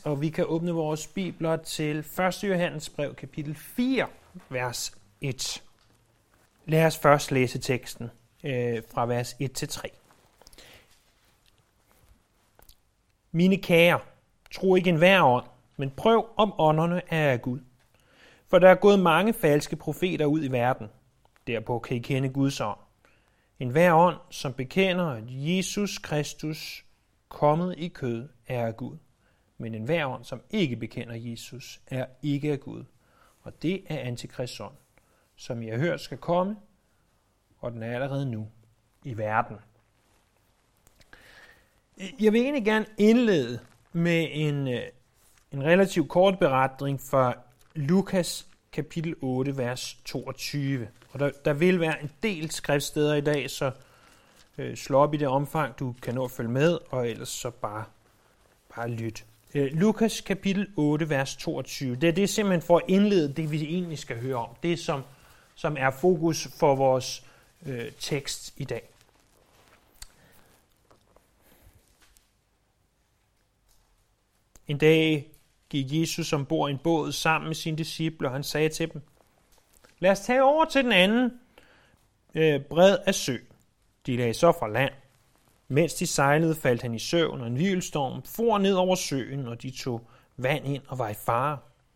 Og vi kan åbne vores bibler til 1. Johannes brev, kapitel 4, vers 1. Lad os først læse teksten fra vers 1 til 3. Mine kære, tro ikke enhver ånd, men prøv om ånderne er af Gud. For der er gået mange falske profeter ud i verden. Derpå kan I kende Guds ånd. Enhver ånd, som bekender, at Jesus Kristus kommet i kød, er af Gud. Men enhver ånd, som ikke bekender Jesus, er ikke af Gud. Og det er Antikrists ånd, som I har hørt skal komme, og den er allerede nu i verden. Jeg vil egentlig gerne indlede med en relativt kort beretning fra Lukas kapitel 8, vers 22. Og der vil være en del skriftsteder i dag, så slå op i det omfang, du kan nå at følge med, og ellers så bare lyt. Lukas kapitel 8, vers 22. Det er simpelthen for at indlede det, vi egentlig skal høre om. Det, som er fokus for vores tekst i dag. En dag gik Jesus ombord i en båd sammen med sine disciple, og han sagde til dem, lad os tage over til den anden bred af sø. De lagde så fra land. Mens de sejlede, faldt han i søvn, og en hvirvelstorm for ned over søen, og de tog vand ind og var i fare.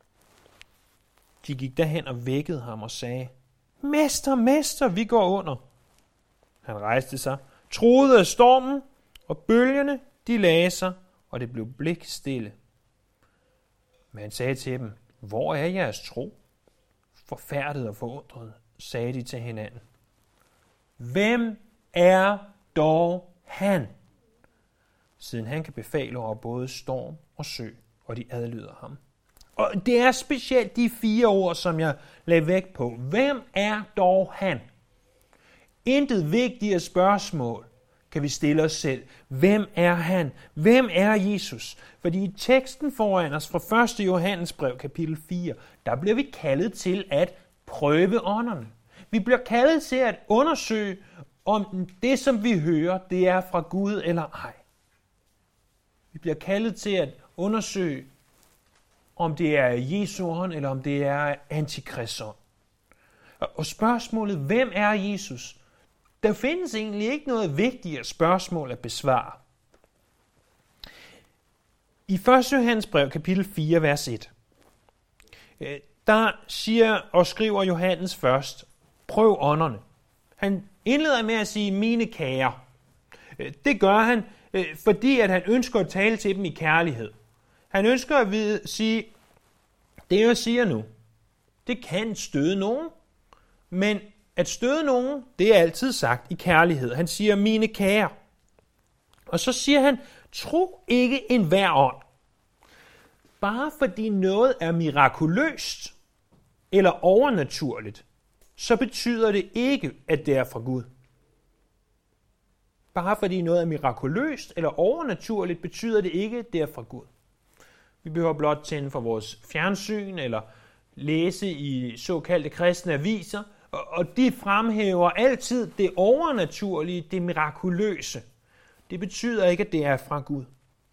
De gik derhen og vækkede ham og sagde, Mester, mester, vi går under. Han rejste sig, troede af stormen, og bølgerne, de lagde sig, og det blev blikstille. Men han sagde til dem, hvor er jeres tro? Forfærdet og forundret, sagde de til hinanden. Hvem er dog han? Siden han kan befale over både storm og sø, og de adlyder ham. Og det er specielt de 4 ord, som jeg lagde vægt på. Hvem er dog han? Intet vigtigere spørgsmål kan vi stille os selv. Hvem er han? Hvem er Jesus? Fordi i teksten foran os fra 1. Johannes brev, kapitel 4, der bliver vi kaldet til at prøve ånderne. Vi bliver kaldet til at undersøge, om det, som vi hører, det er fra Gud eller ej. Vi bliver kaldet til at undersøge, om det er Jesu ånd, eller om det er Antikrists ånd. Og spørgsmålet, hvem er Jesus? Der findes egentlig ikke noget vigtigere spørgsmål at besvare. I 1. Johannes brev, kapitel 4, vers 1, der siger og skriver Johannes først, prøv ånderne. Han indleder med at sige, mine kære. Det gør han, fordi at han ønsker at tale til dem i kærlighed. Han ønsker at sige, det jeg siger nu, det kan støde nogen, men at støde nogen, det er altid sagt i kærlighed. Han siger, mine kære. Og så siger han, tro ikke enhver ånd. Bare fordi noget er mirakuløst eller overnaturligt, så betyder det ikke, at det er fra Gud. Bare fordi noget er mirakuløst eller overnaturligt, betyder det ikke, at det er fra Gud. Vi behøver blot tænde for vores fjernsyn eller læse i såkaldte kristne aviser, og de fremhæver altid det overnaturlige, det mirakuløse. Det betyder ikke, at det er fra Gud.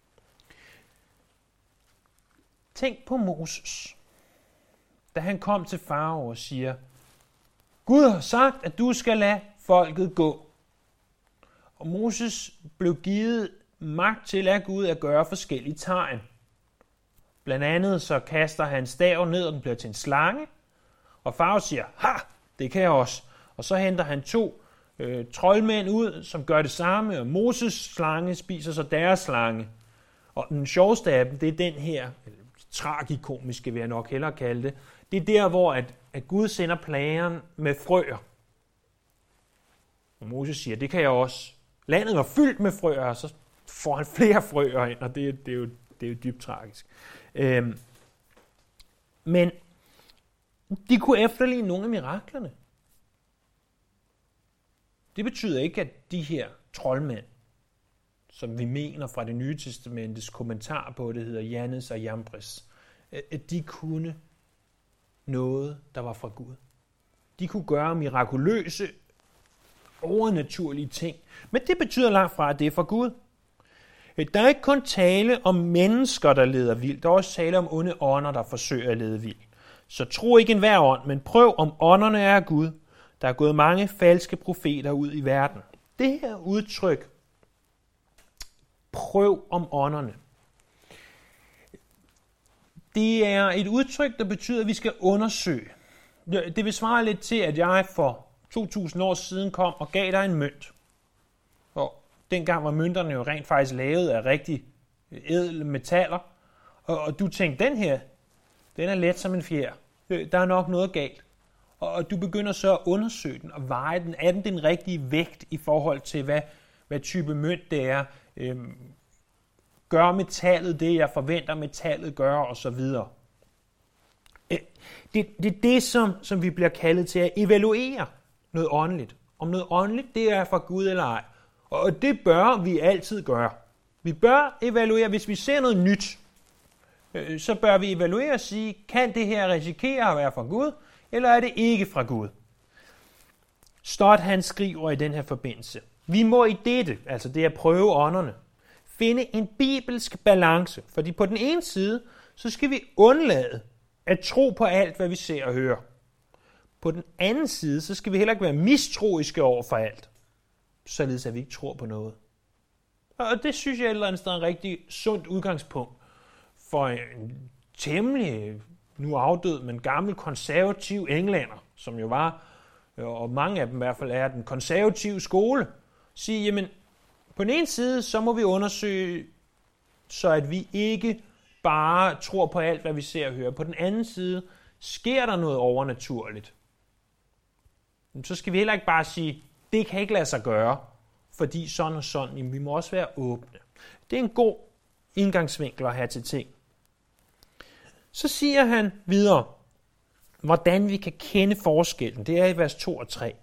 Tænk på Moses, da han kom til farao og siger, Gud har sagt, at du skal lade folket gå. Og Moses blev givet magt til af Gud at gøre forskellige tegn. Blandt andet så kaster han staven ned, og den bliver til en slange. Og farao siger, ha, det kan jeg også. Og så henter han 2 troldmænd ud, som gør det samme, og Moses slange spiser så deres slange. Og den sjoveste af dem, det er den her, tragikomiske vil jeg nok hellere kalde det. Det er der, hvor at Gud sender plagen med frøer. Og Moses siger, det kan jeg også. Landet var fyldt med frøer, og så får han flere frøer ind, og det er jo dybt tragisk. Men de kunne efterligne nogle af miraklerne. Det betyder ikke, at de her troldmænd, som vi mener fra det nye testamentes kommentar på, det hedder Jannes og Jambres, at de kunne noget, der var fra Gud. De kunne gøre mirakuløse, overnaturlige ting. Men det betyder langt fra, at det er fra Gud. Der er ikke kun tale om mennesker, der leder vildt. Der er også tale om onde ånder, der forsøger at lede vildt. Så tro ikke enhver ånd, men prøv, om ånderne er af Gud. Der er gået mange falske profeter ud i verden. Det her udtryk, prøv om ånderne, det er et udtryk, der betyder, at vi skal undersøge. Det vil svare lidt til, at jeg for 2000 år siden kom og gav dig en mønt. Og dengang var mønterne jo rent faktisk lavet af rigtig ædle metaller. Og du tænkte, den her, den er let som en fjer. Der er nok noget galt. Og du begynder så at undersøge den og veje den. Er den den rigtige vægt i forhold til, hvad type mønt det er? Gør metallet det, jeg forventer metallet gør, og så videre. Det er det, som vi bliver kaldet til at evaluere noget åndeligt. Om noget åndeligt, det er fra Gud eller ej. Og det bør vi altid gøre. Vi bør evaluere, hvis vi ser noget nyt, så bør vi evaluere og sige, kan det her risikere at være fra Gud, eller er det ikke fra Gud? Stott han skriver i den her forbindelse. Vi må i dette, altså det at prøve ånderne, finde en bibelsk balance. Fordi på den ene side, så skal vi undlade at tro på alt, hvad vi ser og hører. På den anden side, så skal vi heller ikke være mistroiske over for alt, således at vi ikke tror på noget. Og det synes jeg et eller andet sted er en rigtig sundt udgangspunkt for en temmelig, nu afdød, men gammel konservativ englænder, som jo var, og mange af dem i hvert fald er den konservative skole, sige, jamen, på den ene side, så må vi undersøge, så at vi ikke bare tror på alt, hvad vi ser og hører. På den anden side, sker der noget overnaturligt, så skal vi heller ikke bare sige, det kan ikke lade sig gøre, fordi sådan og sådan. Jamen, vi må også være åbne. Det er en god indgangsvinkel at have til ting. Så siger han videre, hvordan vi kan kende forskellen. Det er i vers 2 og 3.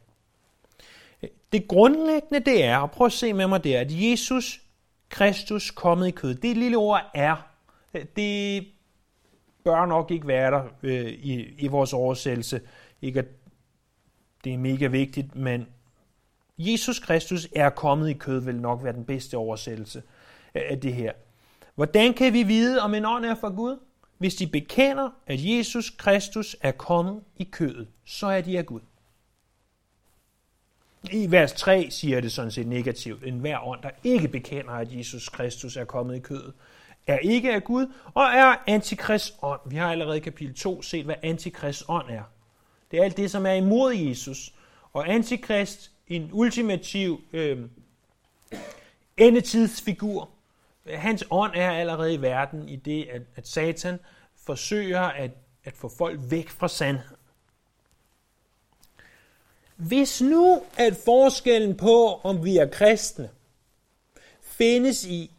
Det grundlæggende det er, og prøv at se med mig der, at Jesus Kristus kommet i kød. Det lille ord er, det bør nok ikke være der i vores oversættelse. Ikke at det er mega vigtigt, men Jesus Kristus er kommet i kød, vil nok være den bedste oversættelse af det her. Hvordan kan vi vide, om en ånd er fra Gud? Hvis de bekender, at Jesus Kristus er kommet i kødet, så er de af Gud. I vers 3 siger det sådan set negativt. Enhver ånd, der ikke bekender, at Jesus Kristus er kommet i kødet, er ikke af Gud, og er antikrist ånd. Vi har allerede i kapitel 2 set, hvad antikrist ånd er. Det er alt det, som er imod Jesus. Og antikrist, en ultimativ endetidsfigur. Hans ånd er allerede i verden i det, at Satan forsøger at få folk væk fra sandheden. Hvis nu at forskellen på, om vi er kristne, findes i,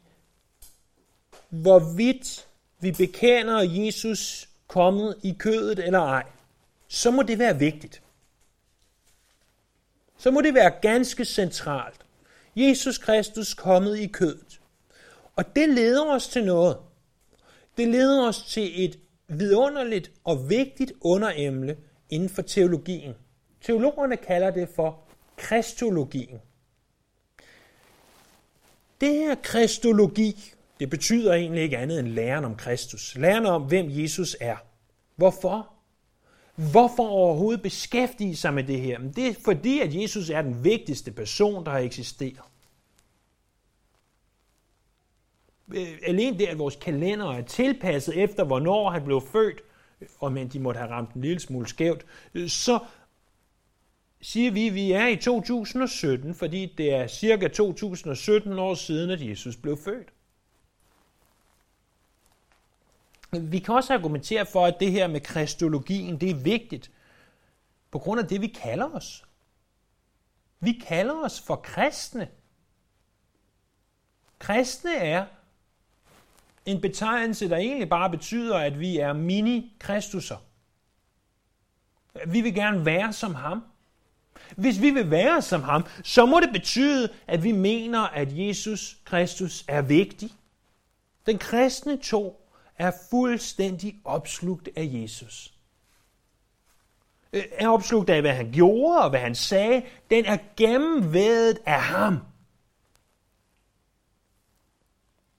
hvorvidt vi bekender Jesus kommet i kødet eller ej, så må det være vigtigt. Så må det være ganske centralt. Jesus Kristus kommet i kødet. Og det leder os til noget. Det leder os til et vidunderligt og vigtigt underemne inden for teologien. Teologerne kalder det for kristologien. Det her kristologi, det betyder egentlig ikke andet end læren om Kristus. Læren om, hvem Jesus er. Hvorfor? Hvorfor overhovedet beskæftige sig med det her? Men det er fordi, at Jesus er den vigtigste person, der har eksisteret. Alene det, at vores kalender er tilpasset efter, hvornår han blev født, og men de måtte have ramt en lille smule skævt, så siger vi, at vi er i 2017, fordi det er cirka 2017 år siden, at Jesus blev født. Vi kan også argumentere for, at det her med kristologien, det er vigtigt, på grund af det, vi kalder os. Vi kalder os for kristne. Kristne er en betegnelse, der egentlig bare betyder, at vi er mini-kristusser. Vi vil gerne være som ham. Hvis vi vil være som ham, så må det betyde, at vi mener, at Jesus Kristus er vigtig. Den kristne tro er fuldstændig opslugt af Jesus. Er opslugt af, hvad han gjorde og hvad han sagde. Den er gennemvædet af ham.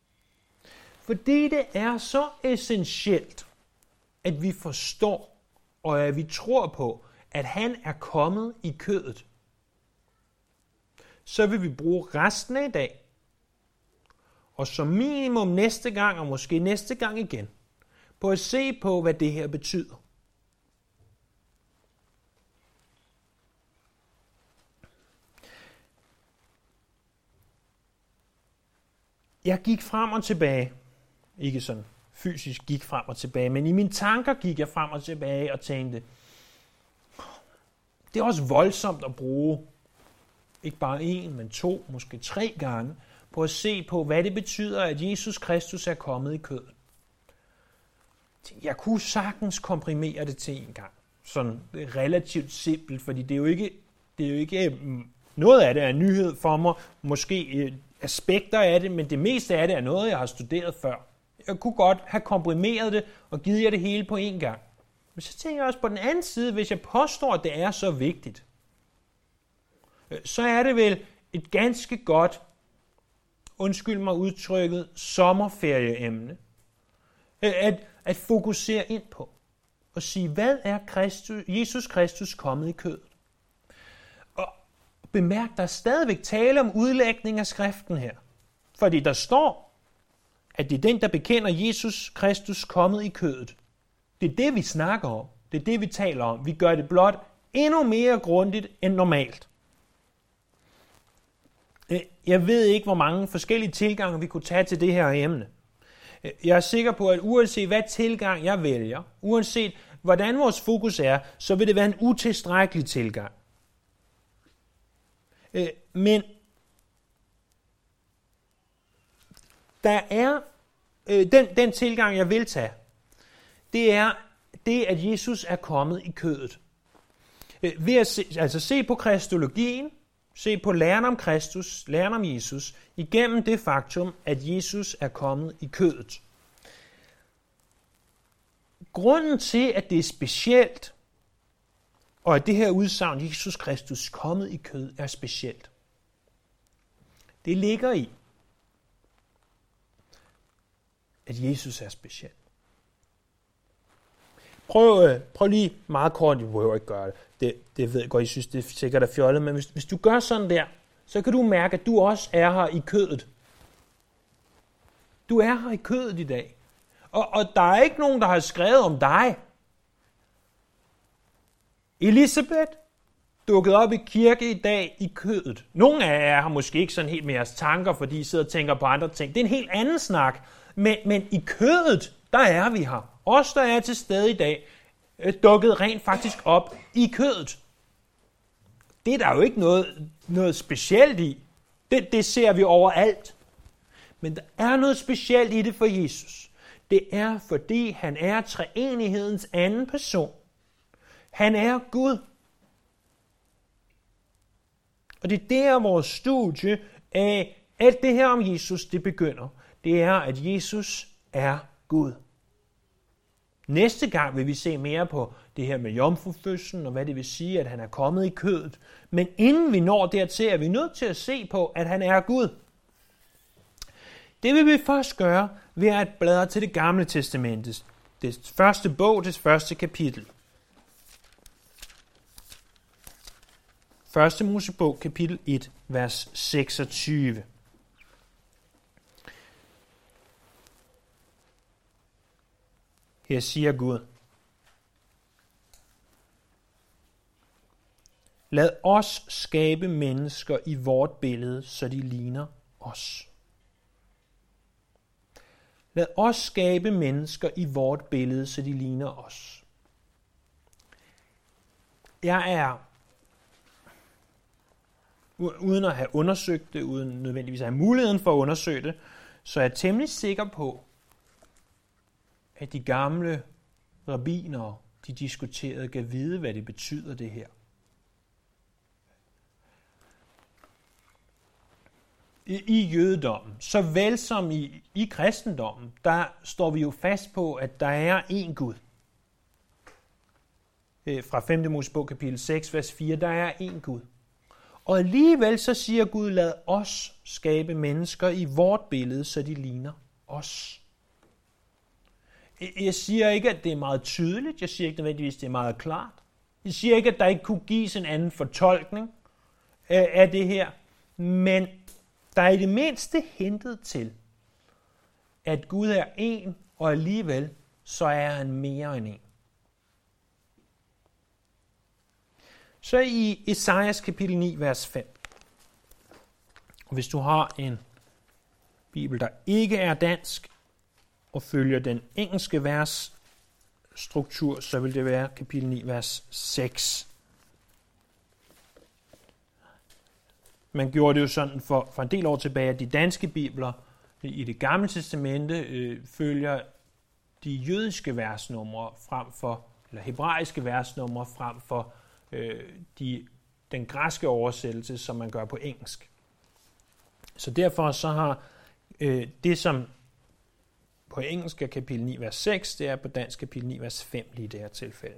Fordi det er så essentielt, at vi forstår, og at vi tror på, at han er kommet i kødet, så vil vi bruge resten af i dag, og som minimum næste gang, og måske næste gang igen, på at se på, hvad det her betyder. Jeg gik frem og tilbage, ikke sådan fysisk gik frem og tilbage, men i mine tanker gik jeg frem og tilbage og tænkte, det er også voldsomt at bruge ikke bare 1, men 2, måske 3 gange, på at se på, hvad det betyder, at Jesus Kristus er kommet i kødet. Jeg kunne sagtens komprimere det til en gang. Sådan relativt simpelt, fordi det er jo ikke noget af det er nyhed for mig, måske aspekter af det, men det meste af det er noget, jeg har studeret før. Jeg kunne godt have komprimeret det og givet jer det hele på en gang. Men så tænker jeg også på den anden side, hvis jeg påstår, at det er så vigtigt, så er det vel et ganske godt, undskyld mig udtrykket, sommerferieemne, at fokusere ind på og sige, hvad er Jesus Kristus kommet i kødet? Og bemærk, der er stadigvæk tale om udlægning af skriften her. Fordi der står, at det er den, der bekender Jesus Kristus kommet i kødet. Det er det, vi snakker om. Det er det, vi taler om. Vi gør det blot endnu mere grundigt end normalt. Jeg ved ikke, hvor mange forskellige tilgange vi kunne tage til det her emne. Jeg er sikker på, at uanset hvad tilgang jeg vælger, uanset hvordan vores fokus er, så vil det være en utilstrækkelig tilgang. Men der er den tilgang, jeg vil tage, det er det, at Jesus er kommet i kødet. Ved at se på kristologien, se på læren om Kristus, læren om Jesus, igennem det faktum, at Jesus er kommet i kødet. Grunden til, at det er specielt, og at det her udsagn, Jesus Kristus kommet i kød, er specielt, det ligger i, at Jesus er speciel. Prøv lige meget kort, jeg behøver ikke gøre det. Det ved jeg godt, I synes, det er sikkert er fjollet, men hvis du gør sådan der, så kan du mærke, at du også er her i kødet. Du er her i kødet i dag. Og der er ikke nogen, der har skrevet om dig. Elisabeth dukket op i kirke i dag i kødet. Nogle af jer har måske ikke sådan helt med jeres tanker, fordi I sidder og tænker på andre ting. Det er en helt anden snak. Men i kødet, der er vi her. Os, der er til stede i dag, dukket rent faktisk op i kødet. Det er der jo ikke noget specielt i. Det ser vi overalt. Men der er noget specielt i det for Jesus. Det er, fordi han er treenighedens anden person. Han er Gud. Og det er der, vores studie af alt det her om Jesus, det begynder. Det er, at Jesus er Gud. Næste gang vil vi se mere på det her med jomfrufødslen, og hvad det vil sige, at han er kommet i kødet. Men inden vi når dertil, er vi nødt til at se på, at han er Gud. Det vil vi først gøre ved at bladre til det gamle testamente. Det første bog, det første kapitel. 1. Mosebog, kapitel 1, vers 26. Her siger Gud: Lad os skabe mennesker i vort billede, så de ligner os. Lad os skabe mennesker i vort billede, så de ligner os. Jeg er, uden at have undersøgt det, uden nødvendigvis at have muligheden for at undersøge det, så er jeg temmelig sikker på, at de gamle rabbinere, de diskuterede, kan vide, hvad det betyder, det her. I jødedommen, såvel som i kristendommen, der står vi jo fast på, at der er én Gud. Fra 5. Mosebog, kapitel 6, vers 4, der er én Gud. Og alligevel så siger Gud, lad os skabe mennesker i vort billede, så de ligner os. Jeg siger ikke, at det er meget tydeligt. Jeg siger ikke nødvendigvis, at det er meget klart. Jeg siger ikke, at der ikke kunne gives en anden fortolkning af det her. Men der er i det mindste hintet til, at Gud er en, og alligevel så er han mere end en. Så i Esajas kapitel 9, vers 5. Hvis du har en bibel, der ikke er dansk, og følger den engelske versstruktur, så vil det være kapitel 9, vers 6. Man gjorde det jo sådan for en del år tilbage, at de danske bibler i det gamle testamente følger de jødiske versnumre frem for, eller hebraiske versnumre frem for den græske oversættelse, som man gør på engelsk. Så derfor så har det, som på engelsk er kapitel 9, vers 6, det er på dansk kapitel 9, vers 5 lige i det her tilfælde.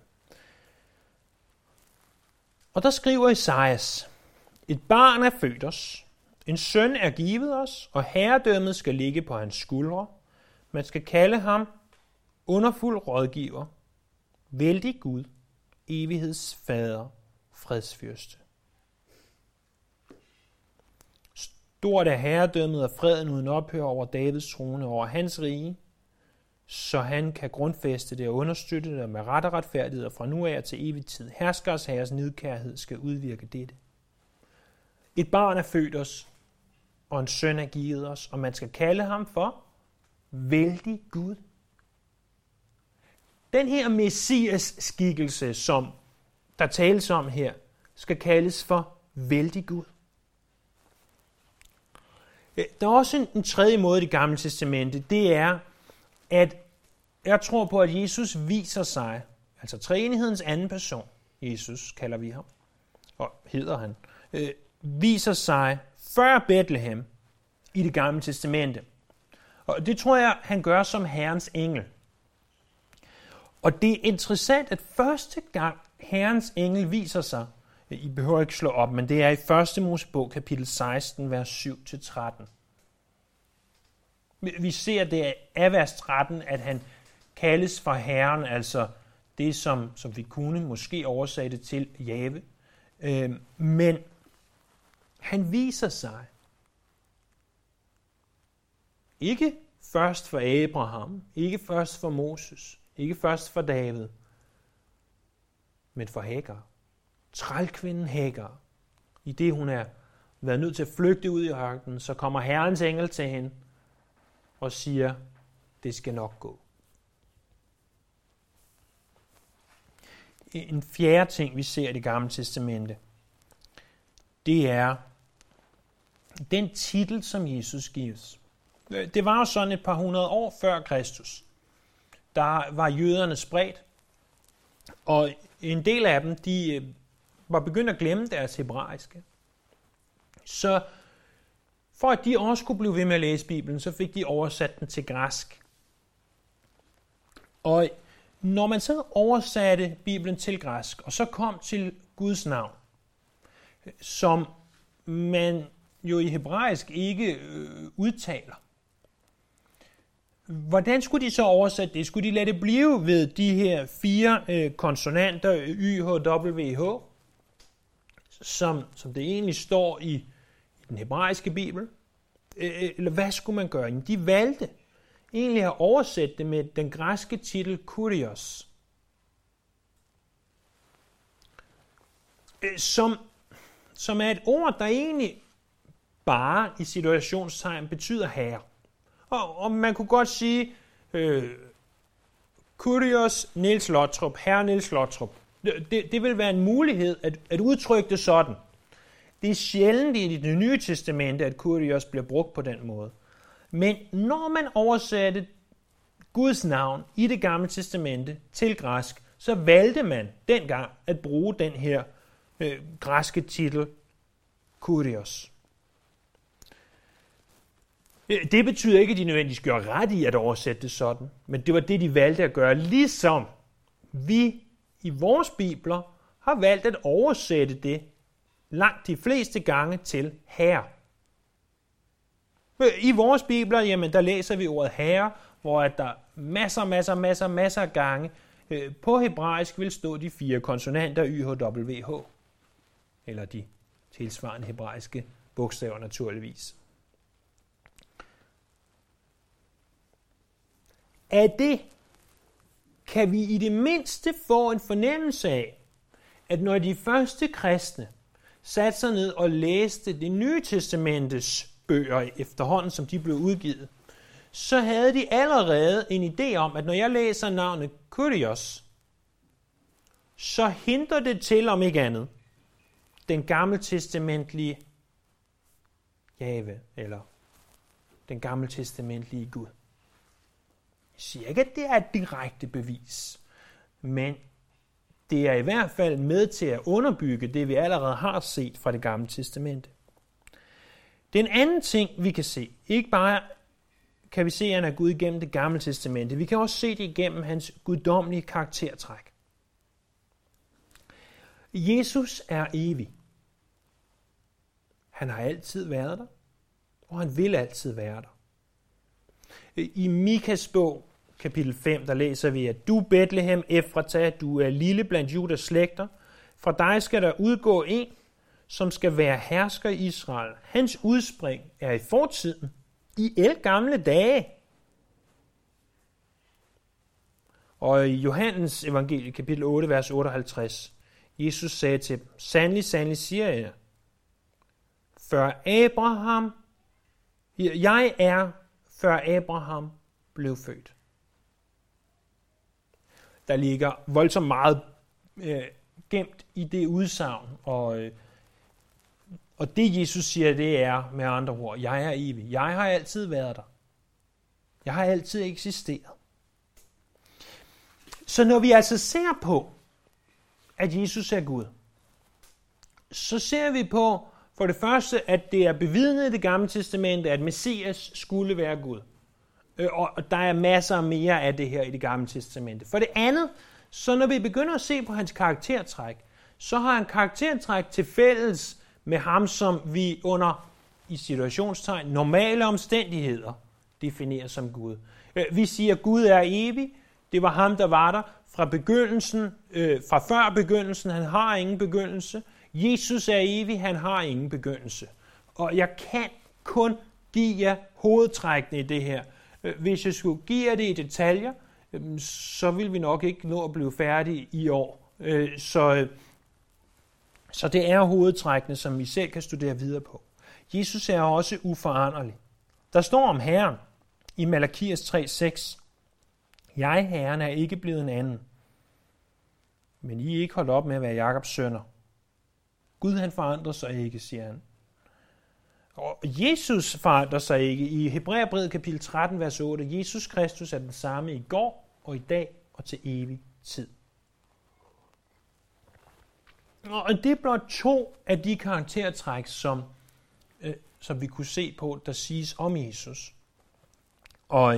Og der skriver Esajas: Et barn er født os, en søn er givet os, og herredømmet skal ligge på hans skuldre. Man skal kalde ham underfuld rådgiver, vældig Gud, evighedsfader, fredsfyrste. Stort er herredømmet og freden uden ophør over Davids trone, over hans rige, så han kan grundfæste det og understøtte det med ret og retfærdighed, og fra nu af til evig tid. Herskers herres nidkærhed skal udvirke dette. Et barn er født os, og en søn er givet os, og man skal kalde ham for vældig Gud. Den her messias-skikkelse, som der tales om her, skal kaldes for vældig Gud. Der er også en tredje måde i Det Gamle Testamente, det er, at jeg tror på, at Jesus viser sig, altså treenighedens anden person, Jesus kalder vi ham, og hedder han, viser sig før Bethlehem i Det Gamle Testamente. Og det tror jeg, han gør som Herrens engel. Og det er interessant, at første gang Herrens engel viser sig, I behøver ikke slå op, men det er i 1. Mosebog, kapitel 16, vers 7-13. Vi ser det af vers 13, at han kaldes for Herren, altså det, som vi kunne måske oversætte til Jave. Men han viser sig ikke først for Abraham, ikke først for Moses, ikke først for David, men for Hagar. Trælkvinden Hagar. I det hun er været nødt til at flygte ud i ørkenen, så kommer Herrens engel til hende og siger, det skal nok gå. En fjerde ting, vi ser i Det Gamle Testamente, det er den titel, som Jesus gives. Det var jo sådan et par hundrede år før Kristus. Der var jøderne spredt, og en del af dem, de var begyndt at glemme deres hebraiske. Så for at de også kunne blive ved med at læse Bibelen, så fik de oversat den til græsk. Og når man så oversatte Bibelen til græsk, og så kom til Guds navn, som man jo i hebraisk ikke udtaler, hvordan skulle de så oversætte det? Skulle de lade det blive ved de her 4 konsonanter, Y, H, W, H, som det egentlig står i den hebraiske bibel? Eller hvad skulle man gøre? Jamen, de valgte egentlig at oversætte det med den græske titel Kurios, som er et ord, der egentlig bare i situationstegn betyder herre. Og man kunne godt sige, Kurios Niels Lottrup, herre Niels Lottrup. Det vil være en mulighed at udtrykke det sådan. Det er sjældent i Det Nye Testamente, at Kurios bliver brugt på den måde. Men når man oversatte Guds navn i Det Gamle Testamente til græsk, så valgte man dengang at bruge den her græske titel Kurios. Det betyder ikke, at de nødvendigvis gør ret i at oversætte det sådan, men det var det, de valgte at gøre, ligesom vi i vores bibler har valgt at oversætte det langt de fleste gange til herre. I vores bibler, jamen, der læser vi ordet herre, hvor at der masser af gange på hebraisk vil stå de 4 konsonanter YHWH, eller de tilsvarende hebraiske bogstaver naturligvis. Af det kan vi i det mindste få en fornemmelse af, at når de første kristne satte sig ned og læste det nye testamentes bøger efterhånden, som de blev udgivet, så havde de allerede en idé om, at når jeg læser navnet Kyrios, så henter det til, om ikke andet, den gammeltestamentlige Jahve, eller den gammeltestamentlige Gud. Jeg siger ikke, at det er et direkte bevis, men det er i hvert fald med til at underbygge det, vi allerede har set fra det gamle testamente. Den anden ting, vi kan se, ikke bare kan vi se, at han er Gud igennem det gamle testamente, vi kan også se det igennem hans guddommelige karaktertræk. Jesus er evig. Han har altid været der, og han vil altid være der. I Mikas bog, kapitel 5, der læser vi, at du, Betlehem Efrata, du er lille blandt Judas slægter. Fra dig skal der udgå en, som skal være hersker i Israel. Hans udspring er i fortiden, i ældgamle dage. Og i Johannes evangelie, kapitel 8, vers 58, Jesus sagde til dem, sandelig, sandelig siger jeg, jeg er, før Abraham blev født. Der ligger voldsomt meget gemt i det udsagn, og det Jesus siger, det er med andre ord, jeg er evig. Jeg har altid været der. Jeg har altid eksisteret. Så når vi altså ser på, at Jesus er Gud, så ser vi på, for det første, at det er bevidnet i det gamle testamente, at Messias skulle være Gud. Og der er masser mere af det her i det gamle testamente. For det andet, så når vi begynder at se på hans karaktertræk, så har han karaktertræk til fælles med ham, som vi under, i situationstegn, normale omstændigheder definerer som Gud. Vi siger, at Gud er evig. Det var ham, der var der fra begyndelsen, fra før begyndelsen. Han har ingen begyndelse. Jesus er evig, han har ingen begyndelse. Og jeg kan kun give jer hovedtrækkene i det her. Hvis jeg skulle give jer det i detaljer, så vil vi nok ikke nå at blive færdige i år. Så det er hovedtrækkene, som vi selv kan studere videre på. Jesus er også uforanderlig. Der står om Herren i Malakias 3:6. Jeg, Herren, er ikke blevet en anden, men I er ikke holdt op med at være Jakobs sønner. Gud, han forandrer sig ikke, siger han. Og Jesus forandrer sig ikke. I Hebræerbrevet kapitel 13, vers 8, Jesus Kristus er den samme i går og i dag og til evig tid. Og det er blot 2 af de karaktertræk, som vi kunne se på, der siges om Jesus. Og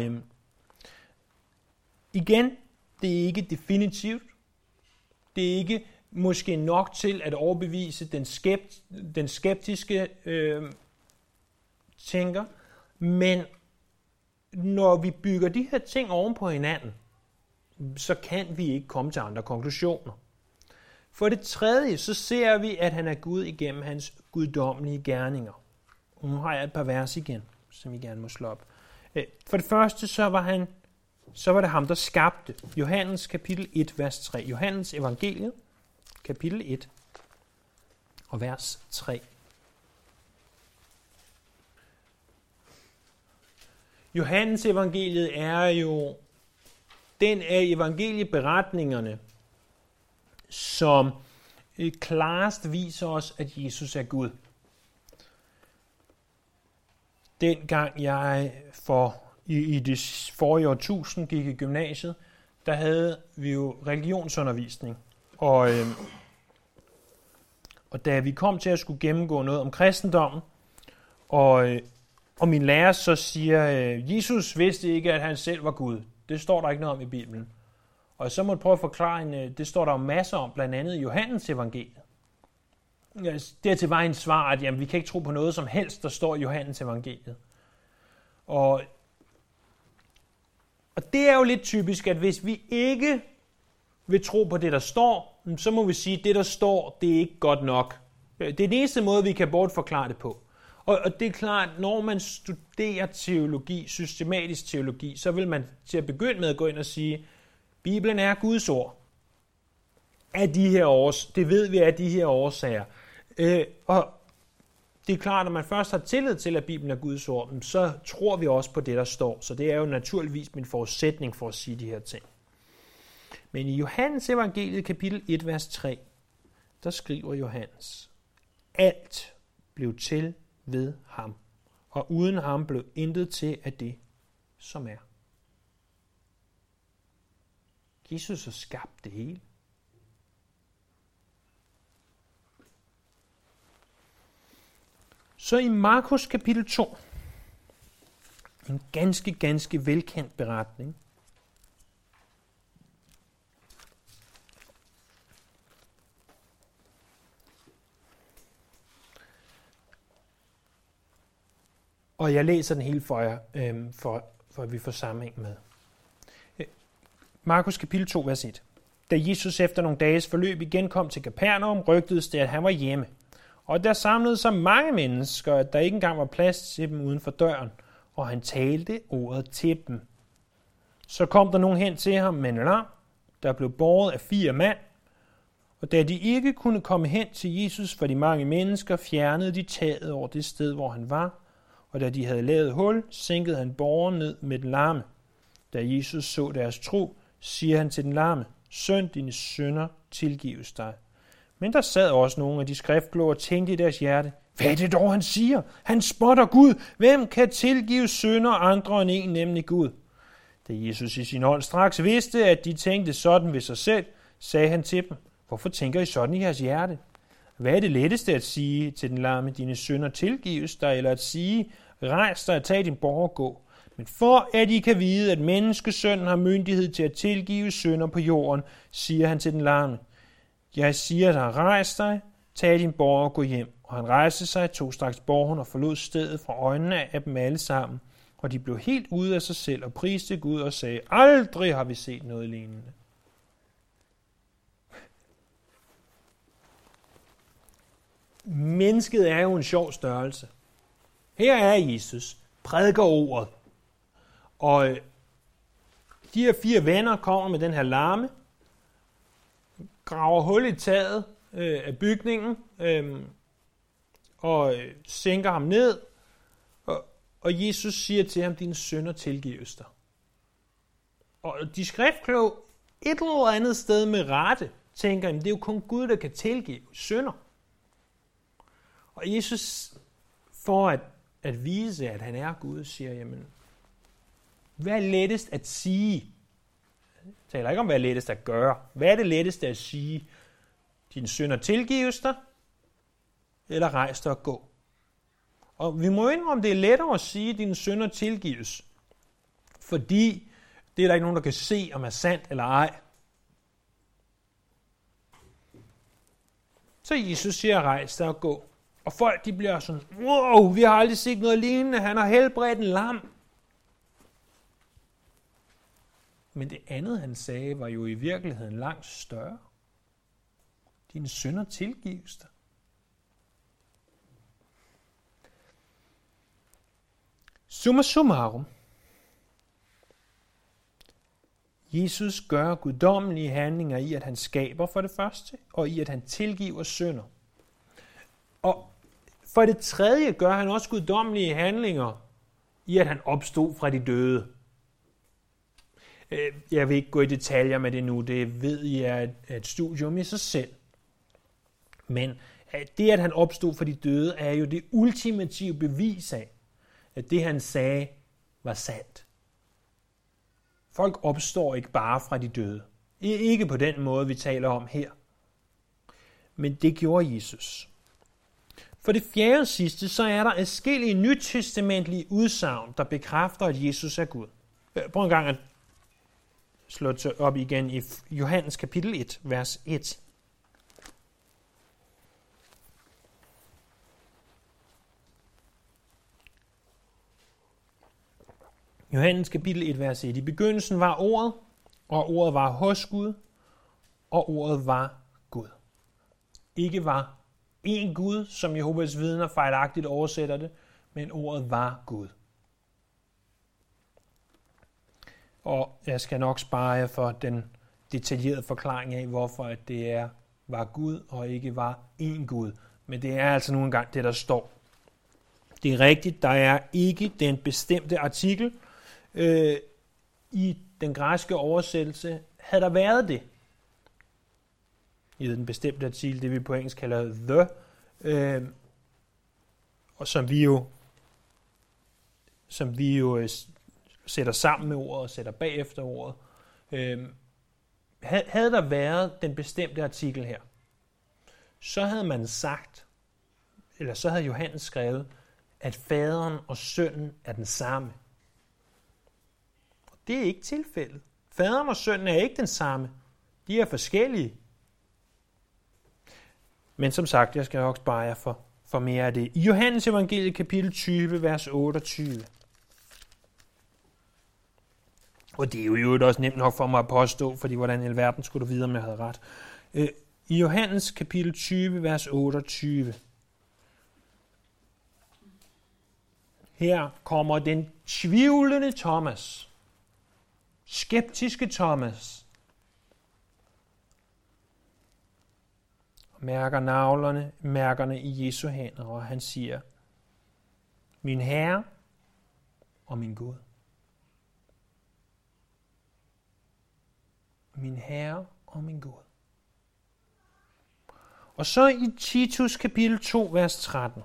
igen, det er ikke definitivt. Det er ikke måske nok til at overbevise den skeptiske tænker, men når vi bygger de her ting oven på hinanden, så kan vi ikke komme til andre konklusioner. For det tredje, så ser vi, at han er Gud igennem hans guddommelige gerninger. Og nu har jeg et par vers igen, som I gerne må slå op. For det første, så var det ham, der skabte. Johannes kapitel 1, vers 3. Johannes evangeliet, kapitel 1 og vers 3. Johannes evangeliet er jo den af evangelieberetningerne, som klarest viser os, at Jesus er Gud. Dengang jeg i det forrige årtusind gik i gymnasiet, der havde vi jo religionsundervisning. Og da vi kom til at skulle gennemgå noget om kristendommen, og min lærer så siger, Jesus vidste ikke, at han selv var Gud. Det står der ikke noget om i Bibelen. Og så må jeg prøve at forklare, det står der jo masser om, blandt andet i Johannes evangeliet. Dertil var en svar, at jamen, vi kan ikke tro på noget som helst, der står i Johannes evangeliet. Og Og det er jo lidt typisk, at hvis vi ikke vil tro på det, der står, så må vi sige, at det, der står, det er ikke godt nok. Det er den eneste måde, vi kan bortforklare det på. Og det er klart, at når man studerer teologi, systematisk teologi, så vil man til at begynde med at gå ind og sige, Bibelen er Guds ord. Det ved vi af de her årsager. Og det er klart, at når man først har tillid til, at Bibelen er Guds ord, så tror vi også på det, der står. Så det er jo naturligvis min forudsætning for at sige de her ting. Men i Johannes evangeliet kapitel 1, vers 3, der skriver Johannes, alt blev til ved ham, og uden ham blev intet til af det, som er. Jesus har skabt det hele. Så i Markus kapitel 2, en ganske velkendt beretning, og jeg læser den hele for jer, for at vi får sammenhæng med. Markus kapitel 2, vers 1. Da Jesus efter nogle dages forløb igen kom til Kapernaum, rygtedes det, at han var hjemme. Og der samlede sig mange mennesker, at der ikke engang var plads til dem uden for døren, og han talte ordet til dem. Så kom der nogen hen til ham med en lam, der blev båret af 4 mand, og da de ikke kunne komme hen til Jesus for de mange mennesker, fjernede de taget over det sted, hvor han var, og da de havde lavet hul, sænkede han båren ned med den lamme. Da Jesus så deres tro, siger han til den lamme, søn, dine synder tilgives dig. Men der sad også nogle af de skriftkloge og tænkte i deres hjerte, hvad er det dog, han siger? Han spotter Gud. Hvem kan tilgive synder andre end en, nemlig Gud? Da Jesus i sin ånd straks vidste, at de tænkte sådan ved sig selv, sagde han til dem, hvorfor tænker I sådan i jeres hjerte? Hvad er det letteste at sige til den lamme, dine synder tilgives dig, eller at sige, rejs dig og tag din borg og gå? Men for at I kan vide, at menneskesønnen har myndighed til at tilgive synder på jorden, siger han til den lamme, jeg siger dig, rejs dig, tag din borg og gå hjem. Og han rejste sig, tog straks borgen og forlod stedet fra øjnene af dem alle sammen. Og de blev helt ude af sig selv og priste Gud og sagde, aldrig har vi set noget lignende. Mennesket er jo en sjov størrelse. Her er Jesus, prædiker ordet. Og de her 4 venner kommer med den her larme, graver hul i taget af bygningen og sænker ham ned. Og Jesus siger til ham, dine synder tilgives dig. Og de skriftkloge et eller andet sted med rette tænker, det er jo kun Gud, der kan tilgive synder. Og Jesus, for at vise, at han er Gud, siger, jamen, hvad er lettest at sige? Jeg taler ikke om, hvad er lettest at gøre. Hvad er det letteste at sige? Dine synder tilgives dig, eller rejs dig og gå. Og vi må indrømme, det er lettere at sige, at dine synder tilgives, fordi det er der ikke nogen, der kan se, om er sandt eller ej. Så Jesus siger, rejs dig og gå. Og folk, de bliver sådan, wow, vi har aldrig set noget lignende, han har helbredt en lam. Men det andet, han sagde, var jo i virkeligheden langt større. Dine synder tilgives dig. Summa summarum. Jesus gør guddommelige handlinger i, at han skaber for det første, og i, at han tilgiver synder. Og for det tredje gør han også guddommelige handlinger i, at han opstod fra de døde. Jeg vil ikke gå i detaljer med det nu, det ved I er et studium i sig selv. Men det, at han opstod fra de døde, er jo det ultimative bevis af, at det, han sagde, var sandt. Folk opstår ikke bare fra de døde. Ikke på den måde, vi taler om her. Men det gjorde Jesus. For det fjerde og sidste, så er der adskillige nytestamentlige udsagn, der bekræfter, at Jesus er Gud. Prøv en gang at slå det op igen i Johannes kapitel 1, vers 1. Johannes kapitel 1, vers 1. I begyndelsen var ordet, og ordet var hos Gud, og ordet var Gud. Ikke var én Gud, som Jehovas vidner fejlagtigt oversætter det, men ordet var Gud. Og jeg skal nok spare jer for den detaljerede forklaring af, hvorfor at det var Gud og ikke var én Gud. Men det er altså nu engang det, der står. Det er rigtigt, der er ikke den bestemte artikel i den græske oversættelse. Havde der været det, i den bestemte artikel, det vi på engelsk kalder the, og som vi jo sætter sammen med ordet og sætter bagefter ordet. Havde der været den bestemte artikel her, så havde man sagt, eller så havde Johannes skrevet, at faderen og sønnen er den samme. Det er ikke tilfældet. Faderen og sønnen er ikke den samme. De er forskellige. Men som sagt, jeg skal nok spare jer for mere af det. I Johannes evangeliet kapitel 20, vers 28. Og det er jo også nemt nok for mig at påstå, fordi hvordan i alverden skulle du vide, om jeg havde ret. I Johannes kapitel 20, vers 28. Her kommer den tvivlende Thomas, skeptiske Thomas, og mærker mærkerne i Jesu hænder, og han siger, min Herre og min Gud. Min Herre og min Gud. Og så i Titus kapitel 2, vers 13.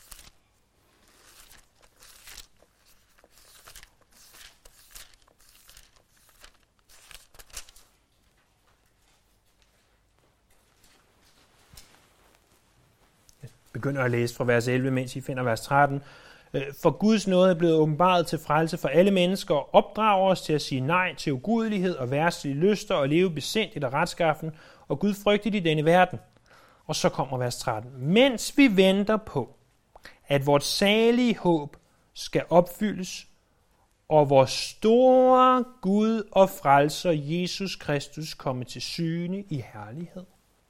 Jeg begynder at læse fra vers 11, mens I finder vers 13. For Guds nåde er blevet åbenbaret til frelse for alle mennesker og opdrager os til at sige nej til ugudelighed og værtslige lyster og leve besindigt og retskaffen og Gud frygtigt i denne verden. Og så kommer vers 13. Mens vi venter på, at vores salige håb skal opfyldes, og vores store Gud og frelser Jesus Kristus komme til syne i herlighed.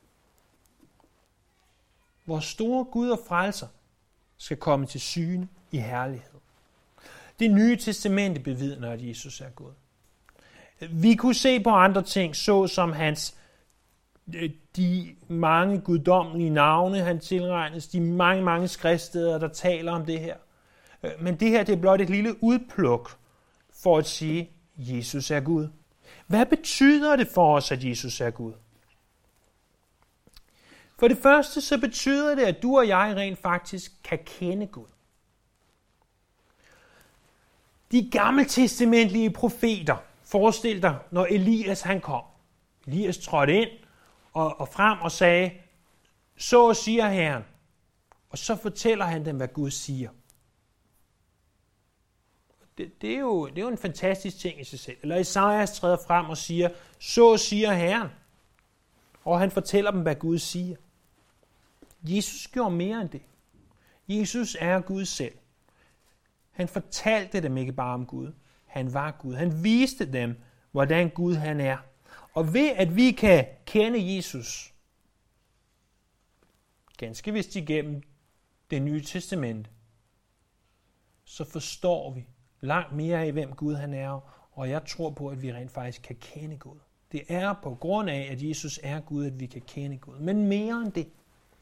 Vores store Gud og frelser skal komme til syne i herlighed. Det nye testamente bevidner, at Jesus er Gud. Vi kunne se på andre ting, såsom de mange guddommelige navne, han tilregnes, de mange skriftsteder, der taler om det her. Men det her, det er blot et lille udpluk for at sige, at Jesus er Gud. Hvad betyder det for os, at Jesus er Gud? For det første, så betyder det, at du og jeg rent faktisk kan kende Gud. De gammeltestamentlige profeter, forestil dig, når Elias han kom. Elias trådte ind og frem og sagde, så siger Herren. Og så fortæller han dem, hvad Gud siger. Det er jo en fantastisk ting i sig selv. Eller Esajas træder frem og siger, så siger Herren. Og han fortæller dem, hvad Gud siger. Jesus gjorde mere end det. Jesus er Gud selv. Han fortalte dem ikke bare om Gud. Han var Gud. Han viste dem, hvordan Gud han er. Og ved at vi kan kende Jesus, ganske vist igennem det nye testamente, så forstår vi langt mere af, hvem Gud han er. Og jeg tror på, at vi rent faktisk kan kende Gud. Det er på grund af, at Jesus er Gud, at vi kan kende Gud. Men mere end det.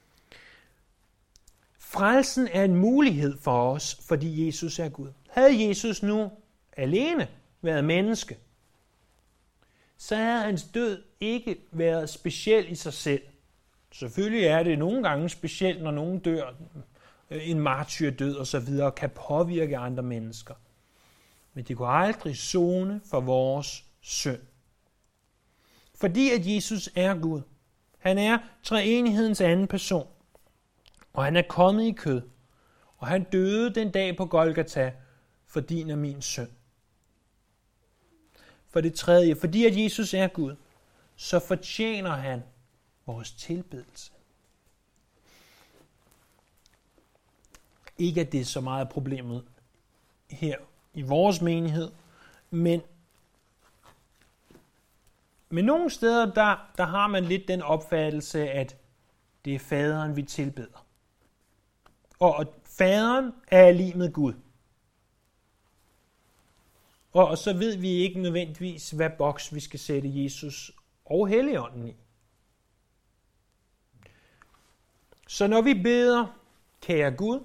Frelsen er en mulighed for os, fordi Jesus er Gud. Havde Jesus nu alene været menneske, så havde hans død ikke været speciel i sig selv. Selvfølgelig er det nogle gange specielt, når nogen dør, en martyrdød og så videre, kan påvirke andre mennesker. Men det kunne aldrig sone for vores synd. Fordi at Jesus er Gud. Han er treenighedens anden person. Og han er kommet i kød. Og han døde den dag på Golgata for din og min synd. For det tredje, fordi at Jesus er Gud, så fortjener han vores tilbedelse. Ikke at det er så meget problemet her i vores menighed, Men nogle steder, der har man lidt den opfattelse, at det er faderen, vi tilbeder. Og faderen er lig med Gud. Og så ved vi ikke nødvendigvis, hvad boks vi skal sætte Jesus og Helligånden i. Så når vi beder, kære Gud,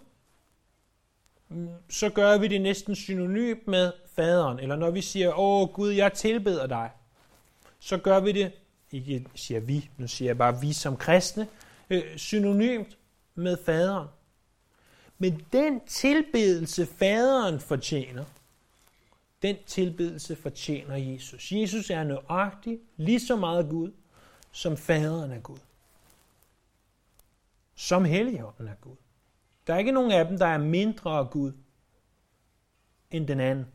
så gør vi det næsten synonymt med faderen. Eller når vi siger, åh Gud, jeg tilbeder dig, så gør vi det, ikke siger vi, nu siger jeg bare vi som kristne, synonymt med faderen. Men den tilbedelse, faderen fortjener, den tilbedelse fortjener Jesus. Jesus er nøjagtig lige så meget Gud, som faderen er Gud. Som Helligånden er Gud. Der er ikke nogen af dem, der er mindre af Gud end den anden.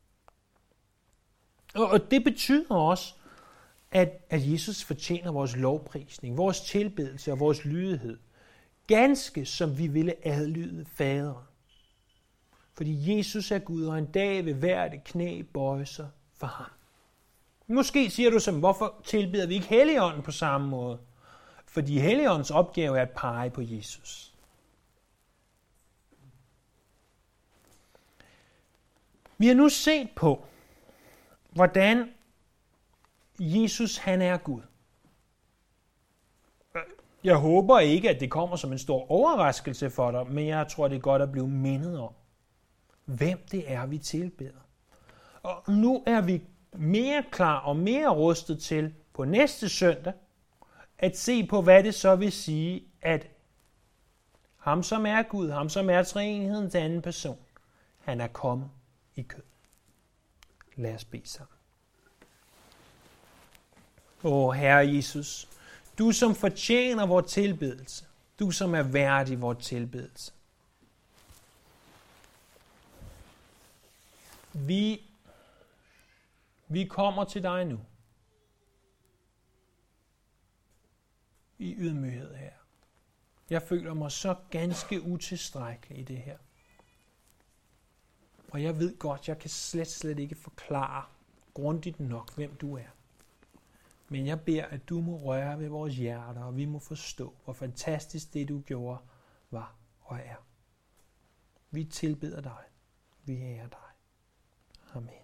Og det betyder også, at Jesus fortjener vores lovprisning, vores tilbedelse og vores lydighed. Ganske som vi ville adlyde faderen. Fordi Jesus er Gud, og en dag vil hvert et knæ bøje sig for ham. Måske siger du som, hvorfor tilbeder vi ikke Helligånden på samme måde? Fordi Helligåndens opgave er at pege på Jesus. Vi har nu set på, hvordan Jesus han er Gud. Jeg håber ikke, at det kommer som en stor overraskelse for dig, men jeg tror, det er godt at blive mindet om, hvem det er, vi tilbeder. Og nu er vi mere klar og mere rustet til på næste søndag at se på, hvad det så vil sige, at ham, som er Gud, ham, som er treenighedens anden person, han er kommet i kød. Lad os bede sammen. Herre Jesus, du som fortjener vores tilbedelse, du som er værdig vores tilbedelse. Vi kommer til dig nu. I ydmyghed her. Jeg føler mig så ganske utilstrækkelig i det her. Og jeg ved godt, jeg kan slet ikke forklare grundigt nok, hvem du er. Men jeg beder, at du må røre ved vores hjerter, og vi må forstå, hvor fantastisk det, du gjorde, var og er. Vi tilbeder dig. Vi ærer dig. Amen.